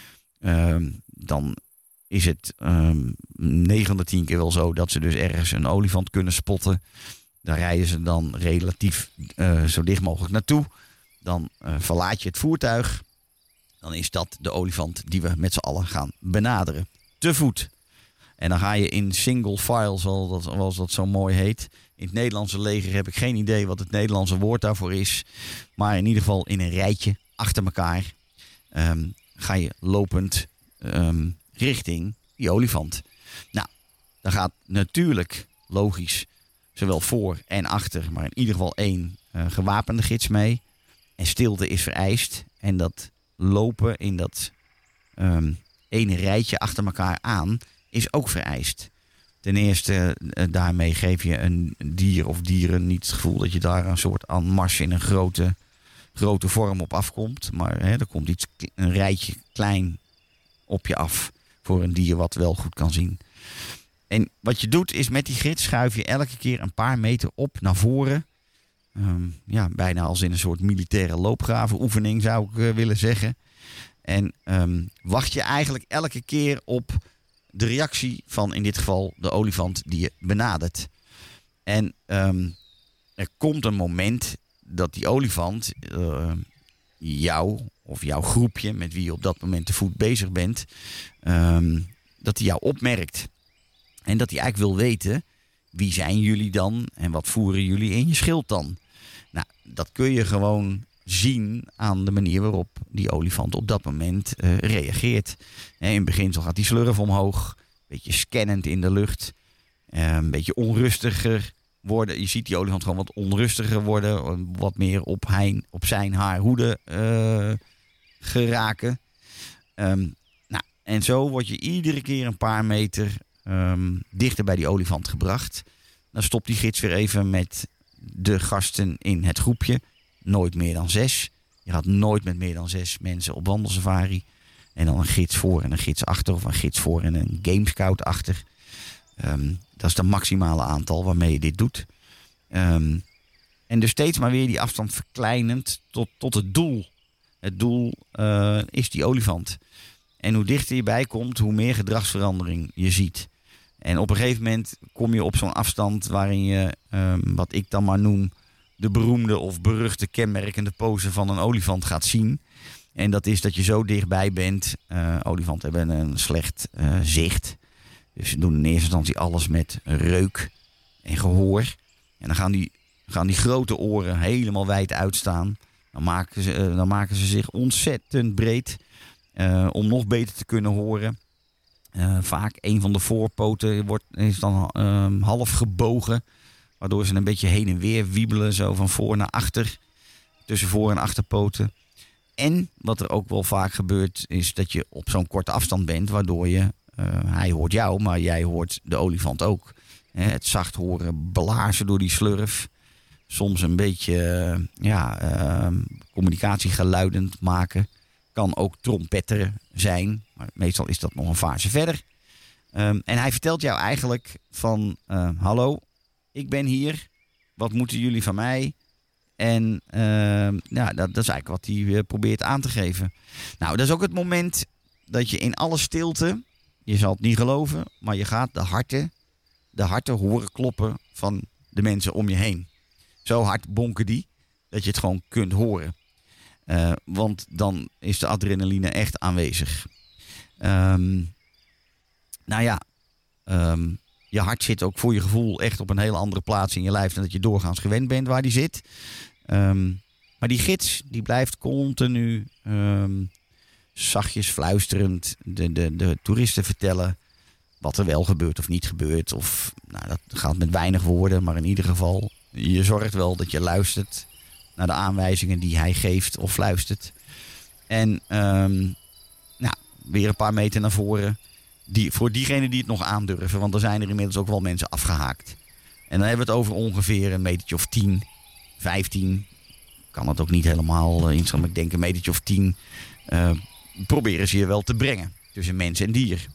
Um, dan is het um, negen van de tien keer wel zo dat ze dus ergens een olifant kunnen spotten. Daar rijden ze dan relatief uh, zo dicht mogelijk naartoe. Dan uh, verlaat je het voertuig. Dan is dat de olifant die we met z'n allen gaan benaderen. Te voet. En dan ga je in single file, zoals dat, zoals dat zo mooi heet. In het Nederlandse leger heb ik geen idee wat het Nederlandse woord daarvoor is. Maar in ieder geval in een rijtje achter elkaar um, ga je lopend um, richting die olifant. Nou, daar gaat natuurlijk logisch zowel voor en achter, maar in ieder geval één uh, gewapende gids mee. En stilte is vereist. En dat lopen in dat um, ene rijtje achter elkaar aan is ook vereist. Ten eerste, uh, daarmee geef je een dier of dieren niet het gevoel dat je daar een soort en masse in een grote, grote vorm op afkomt. Maar hè, er komt iets, een rijtje klein op je af voor een dier wat wel goed kan zien. En wat je doet is met die gids schuif je elke keer een paar meter op naar voren. Um, ja, bijna als in een soort militaire loopgravenoefening zou ik uh, willen zeggen. En um, wacht je eigenlijk elke keer op de reactie van in dit geval de olifant die je benadert. En um, er komt een moment dat die olifant uh, jou of jouw groepje met wie je op dat moment te voet bezig bent, um, dat hij jou opmerkt. En dat hij eigenlijk wil weten, wie zijn jullie dan en wat voeren jullie in je schild dan? Nou, dat kun je gewoon zien aan de manier waarop die olifant op dat moment uh, reageert. In het beginsel gaat die slurf omhoog, een beetje scannend in de lucht, uh, een beetje onrustiger worden. Je ziet die olifant gewoon wat onrustiger worden, wat meer op, hein, op zijn haar hoede uh, geraken. Um, nou, en zo word je iedere keer een paar meter um, dichter bij die olifant gebracht. Dan stopt die gids weer even met de gasten in het groepje. Nooit meer dan zes. Je gaat nooit met meer dan zes mensen op wandelsafari. En dan een gids voor en een gids achter. Of een gids voor en een gamescout achter. Um, dat is het maximale aantal waarmee je dit doet. Um, en dus steeds maar weer die afstand verkleinend tot, tot het doel. Het doel uh, is die olifant. En hoe dichter je bij komt, hoe meer gedragsverandering je ziet. En op een gegeven moment kom je op zo'n afstand waarin je, um, wat ik dan maar noem, de beroemde of beruchte kenmerkende pose van een olifant gaat zien. En dat is dat je zo dichtbij bent. Uh, olifanten hebben een slecht uh, zicht. Dus ze doen in eerste instantie alles met reuk en gehoor. En dan gaan die, gaan die grote oren helemaal wijd uitstaan. Dan maken ze, uh, dan maken ze zich ontzettend breed uh, om nog beter te kunnen horen. Uh, vaak een van de voorpoten wordt, is dan uh, half gebogen. Waardoor ze een beetje heen en weer wiebelen. Zo van voor naar achter. Tussen voor- en achterpoten. En wat er ook wel vaak gebeurt is dat je op zo'n korte afstand bent. Waardoor je, uh, hij hoort jou, maar jij hoort de olifant ook. Hè, het zacht horen blazen door die slurf. Soms een beetje uh, ja, uh, communicatiegeluidend maken. Kan ook trompetter zijn. Maar meestal is dat nog een fase verder. Um, en hij vertelt jou eigenlijk van, uh, hallo, ik ben hier. Wat moeten jullie van mij? En uh, ja, dat, dat is eigenlijk wat hij uh, probeert aan te geven. Nou, dat is ook het moment dat je in alle stilte, je zal het niet geloven, maar je gaat de harten, de harten horen kloppen van de mensen om je heen. Zo hard bonken die, dat je het gewoon kunt horen. Uh, want dan is de adrenaline echt aanwezig. Um, nou ja, um, je hart zit ook voor je gevoel echt op een hele andere plaats in je lijf dan dat je doorgaans gewend bent waar die zit. Um, maar die gids die blijft continu um, zachtjes fluisterend de, de, de toeristen vertellen wat er wel gebeurt of niet gebeurt. Of nou, dat gaat met weinig woorden, maar in ieder geval je zorgt wel dat je luistert naar de aanwijzingen die hij geeft of fluistert. En um, nou, weer een paar meter naar voren. Die, voor diegenen die het nog aandurven, want er zijn er inmiddels ook wel mensen afgehaakt. En dan hebben we het over ongeveer een metertje of tien, vijftien. Kan het ook niet helemaal uh, instaan, maar ik denk een metertje of tien. Uh, proberen ze je wel te brengen tussen mens en dier.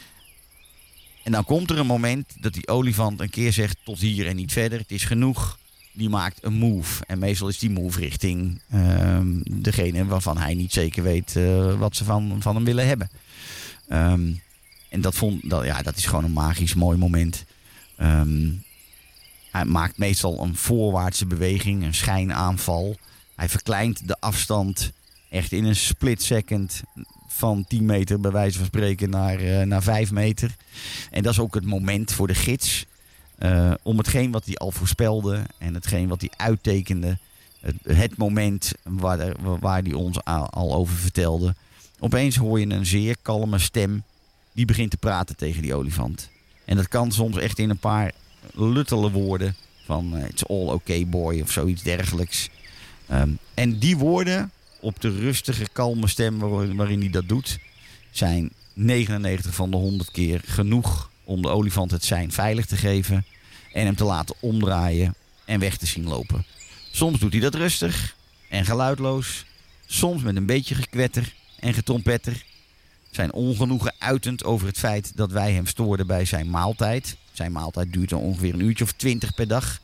En dan komt er een moment dat die olifant een keer zegt tot hier en niet verder. Het is genoeg. Die maakt een move. En meestal is die move richting uh, degene waarvan hij niet zeker weet uh, wat ze van, van hem willen hebben. Um, en dat, vond, dat, ja, dat is gewoon een magisch mooi moment. Um, Hij maakt meestal een voorwaartse beweging, een schijnaanval. Hij verkleint de afstand echt in een split second van tien meter bij wijze van spreken naar, uh, naar vijf meter. En dat is ook het moment voor de gids uh, om hetgeen wat hij al voorspelde en hetgeen wat hij uittekende, het, het moment waar, er, waar hij ons al, al over vertelde. Opeens hoor je een zeer kalme stem die begint te praten tegen die olifant. En dat kan soms echt in een paar luttele woorden van uh, it's all okay boy of zoiets dergelijks. Um, en die woorden op de rustige, kalme stem waar, waarin hij dat doet, zijn negenennegentig van de honderd keer genoeg om de olifant het zijn veilig te geven en hem te laten omdraaien en weg te zien lopen. Soms doet hij dat rustig en geluidloos, soms met een beetje gekwetter en getrompetter. Zijn ongenoegen uitend over het feit dat wij hem stoorden bij zijn maaltijd. Zijn maaltijd duurt dan ongeveer een uurtje of twintig per dag.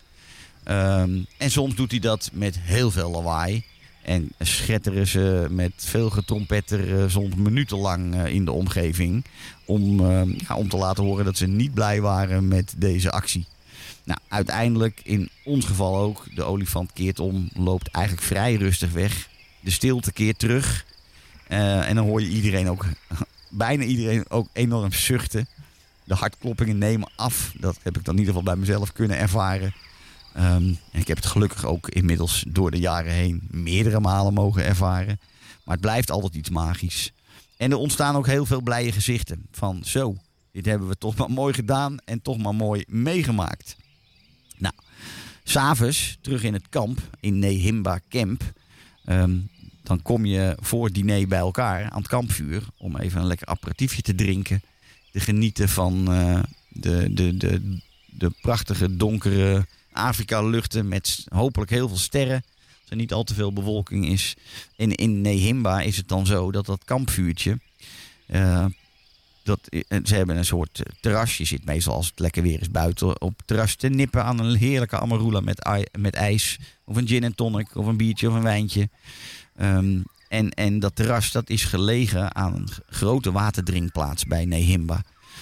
Um, en soms doet hij dat met heel veel lawaai. En schetteren ze met veel getrompetter uh, soms minutenlang uh, in de omgeving. Om, uh, ja, om te laten horen dat ze niet blij waren met deze actie. Nou, uiteindelijk in ons geval ook. De olifant keert om, loopt eigenlijk vrij rustig weg. De stilte keert terug. Uh, en dan hoor je iedereen ook, bijna iedereen ook enorm zuchten. De hartkloppingen nemen af. Dat heb ik dan in ieder geval bij mezelf kunnen ervaren. Um, en ik heb het gelukkig ook inmiddels door de jaren heen meerdere malen mogen ervaren. Maar het blijft altijd iets magisch. En er ontstaan ook heel veel blije gezichten. Van zo, dit hebben we toch maar mooi gedaan en toch maar mooi meegemaakt. Nou, 's avonds terug in het kamp, in Nehimba Camp. Um, dan kom je voor het diner bij elkaar aan het kampvuur om even een lekker aperitiefje te drinken. Te genieten van uh, de, de, de, de prachtige donkere Afrika-luchten met hopelijk heel veel sterren. Als er niet al te veel bewolking is. En in Nehimba is het dan zo dat dat kampvuurtje, Uh, dat, ze hebben een soort terras. Je zit meestal als het lekker weer is buiten op het terras te nippen aan een heerlijke amarula met, met ijs. Of een gin en tonic of een biertje of een wijntje. Um, en, en dat terras dat is gelegen aan een grote waterdrinkplaats bij Nehimba.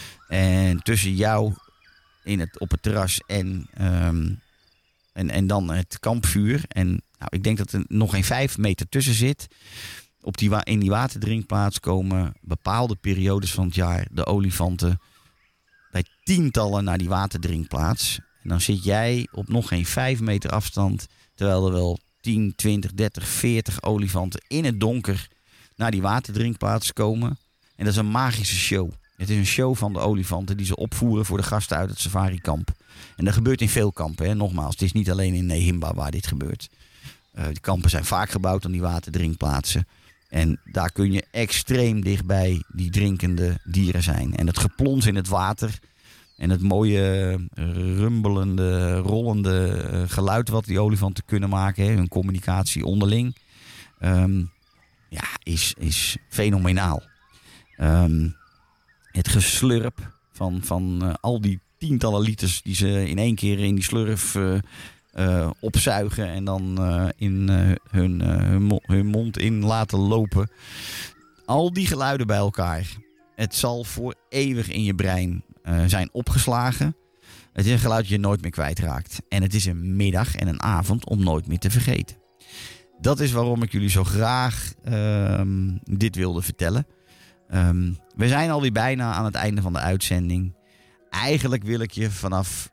En tussen jou in het, op het terras en, um, en, en dan het kampvuur. En nou, ik denk dat er nog geen vijf meter tussen zit. Op die, in die waterdrinkplaats komen bepaalde periodes van het jaar de olifanten bij tientallen naar die waterdrinkplaats. En dan zit jij op nog geen vijf meter afstand, terwijl er wel tien, twintig, dertig, veertig olifanten in het donker naar die waterdrinkplaats komen. En dat is een magische show. Het is een show van de olifanten die ze opvoeren voor de gasten uit het safarikamp. En dat gebeurt in veel kampen. Hè. Nogmaals, het is niet alleen in Nehimba waar dit gebeurt. Uh, de kampen zijn vaak gebouwd aan die waterdrinkplaatsen. En daar kun je extreem dichtbij die drinkende dieren zijn. En het geplons in het water en het mooie rumbelende, rollende geluid wat die olifanten kunnen maken. Hè, hun communicatie onderling. Um, ja, is, is fenomenaal. Um, het geslurp van, van uh, al die tientallen liters die ze in één keer in die slurf uh, uh, opzuigen en dan uh, in uh, hun, uh, hun, mo- hun mond in laten lopen. Al die geluiden bij elkaar. Het zal voor eeuwig in je brein uh, zijn opgeslagen. Het is een geluid dat je nooit meer kwijtraakt. En het is een middag en een avond om nooit meer te vergeten. Dat is waarom ik jullie zo graag uh, dit wilde vertellen. Um, we zijn alweer bijna aan het einde van de uitzending. Eigenlijk wil ik je vanaf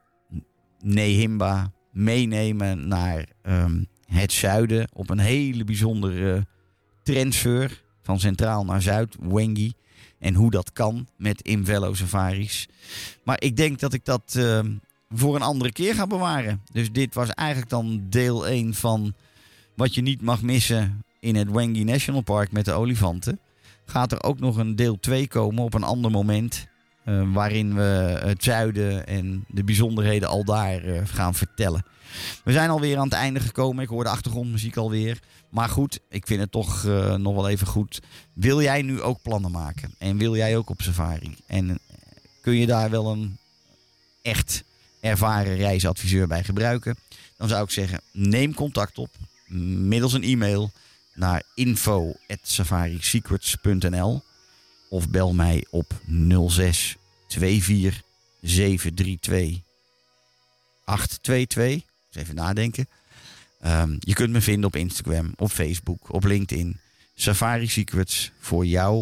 Nehimba meenemen naar um, het zuiden op een hele bijzondere transfer van centraal naar zuid, Wangi. En hoe dat kan met Imvelo safaris. Maar ik denk dat ik dat uh, voor een andere keer ga bewaren. Dus dit was eigenlijk dan deel één van wat je niet mag missen in het Wangi National Park met de olifanten. Gaat er ook nog een deel twee komen op een ander moment. Uh, waarin we het zuiden en de bijzonderheden al daar uh, gaan vertellen. We zijn alweer aan het einde gekomen. Ik hoor de achtergrondmuziek alweer. Maar goed, ik vind het toch uh, nog wel even goed. Wil jij nu ook plannen maken? En wil jij ook op safari? En uh, kun je daar wel een echt ervaren reisadviseur bij gebruiken? Dan zou ik zeggen, neem contact op middels een e-mail naar info at safarisecrets punt n l of bel mij op nul zes twee vier zeven drie twee acht twee twee. Dus even nadenken. Um, je kunt me vinden op Instagram, op Facebook, op LinkedIn. Safari Secrets voor jouw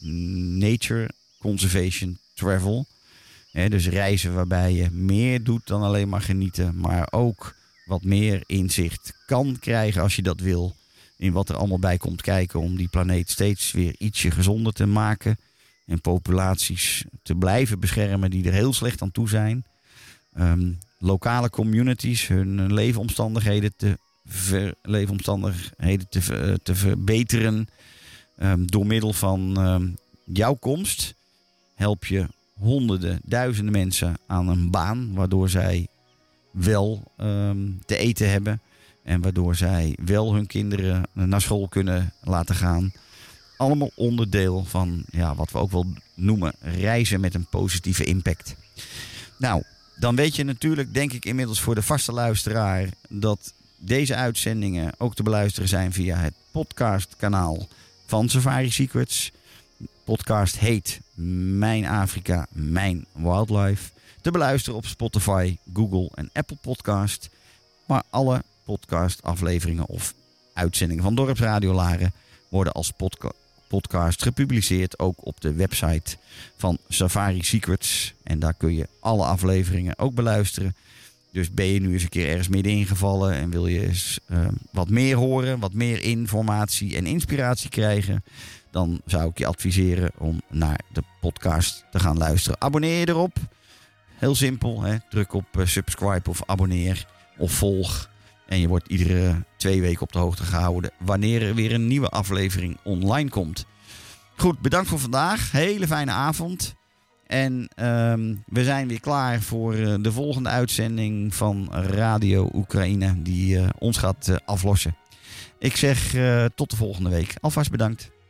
nature conservation travel. He, dus reizen waarbij je meer doet dan alleen maar genieten. Maar ook wat meer inzicht kan krijgen als je dat wil. In wat er allemaal bij komt kijken om die planeet steeds weer ietsje gezonder te maken. En populaties te blijven beschermen die er heel slecht aan toe zijn. Um, lokale communities, hun leefomstandigheden te, ver, leefomstandigheden te, te verbeteren. Um, door middel van um, jouw komst help je honderden, duizenden mensen aan een baan. Waardoor zij wel um, te eten hebben. En waardoor zij wel hun kinderen naar school kunnen laten gaan. Allemaal onderdeel van ja, wat we ook wel noemen reizen met een positieve impact. Nou, dan weet je natuurlijk, denk ik inmiddels voor de vaste luisteraar, dat deze uitzendingen ook te beluisteren zijn via het podcastkanaal van Safari Secrets. De podcast heet Mijn Afrika, Mijn Wildlife. Te beluisteren op Spotify, Google en Apple Podcast. Maar alle podcastafleveringen of uitzendingen van Dorpsradio Laren worden als podca- podcast gepubliceerd. Ook op de website van Safari Secrets. En daar kun je alle afleveringen ook beluisteren. Dus ben je nu eens een keer ergens middenin gevallen en wil je eens uh, wat meer horen, wat meer informatie en inspiratie krijgen, dan zou ik je adviseren om naar de podcast te gaan luisteren. Abonneer je erop. Heel simpel. Hè? Druk op uh, subscribe of abonneer of volg. En je wordt iedere twee weken op de hoogte gehouden wanneer er weer een nieuwe aflevering online komt. Goed, bedankt voor vandaag. Hele fijne avond. En um, we zijn weer klaar voor uh, de volgende uitzending van Radio Oekraïne die uh, ons gaat uh, aflossen. Ik zeg uh, tot de volgende week. Alvast bedankt.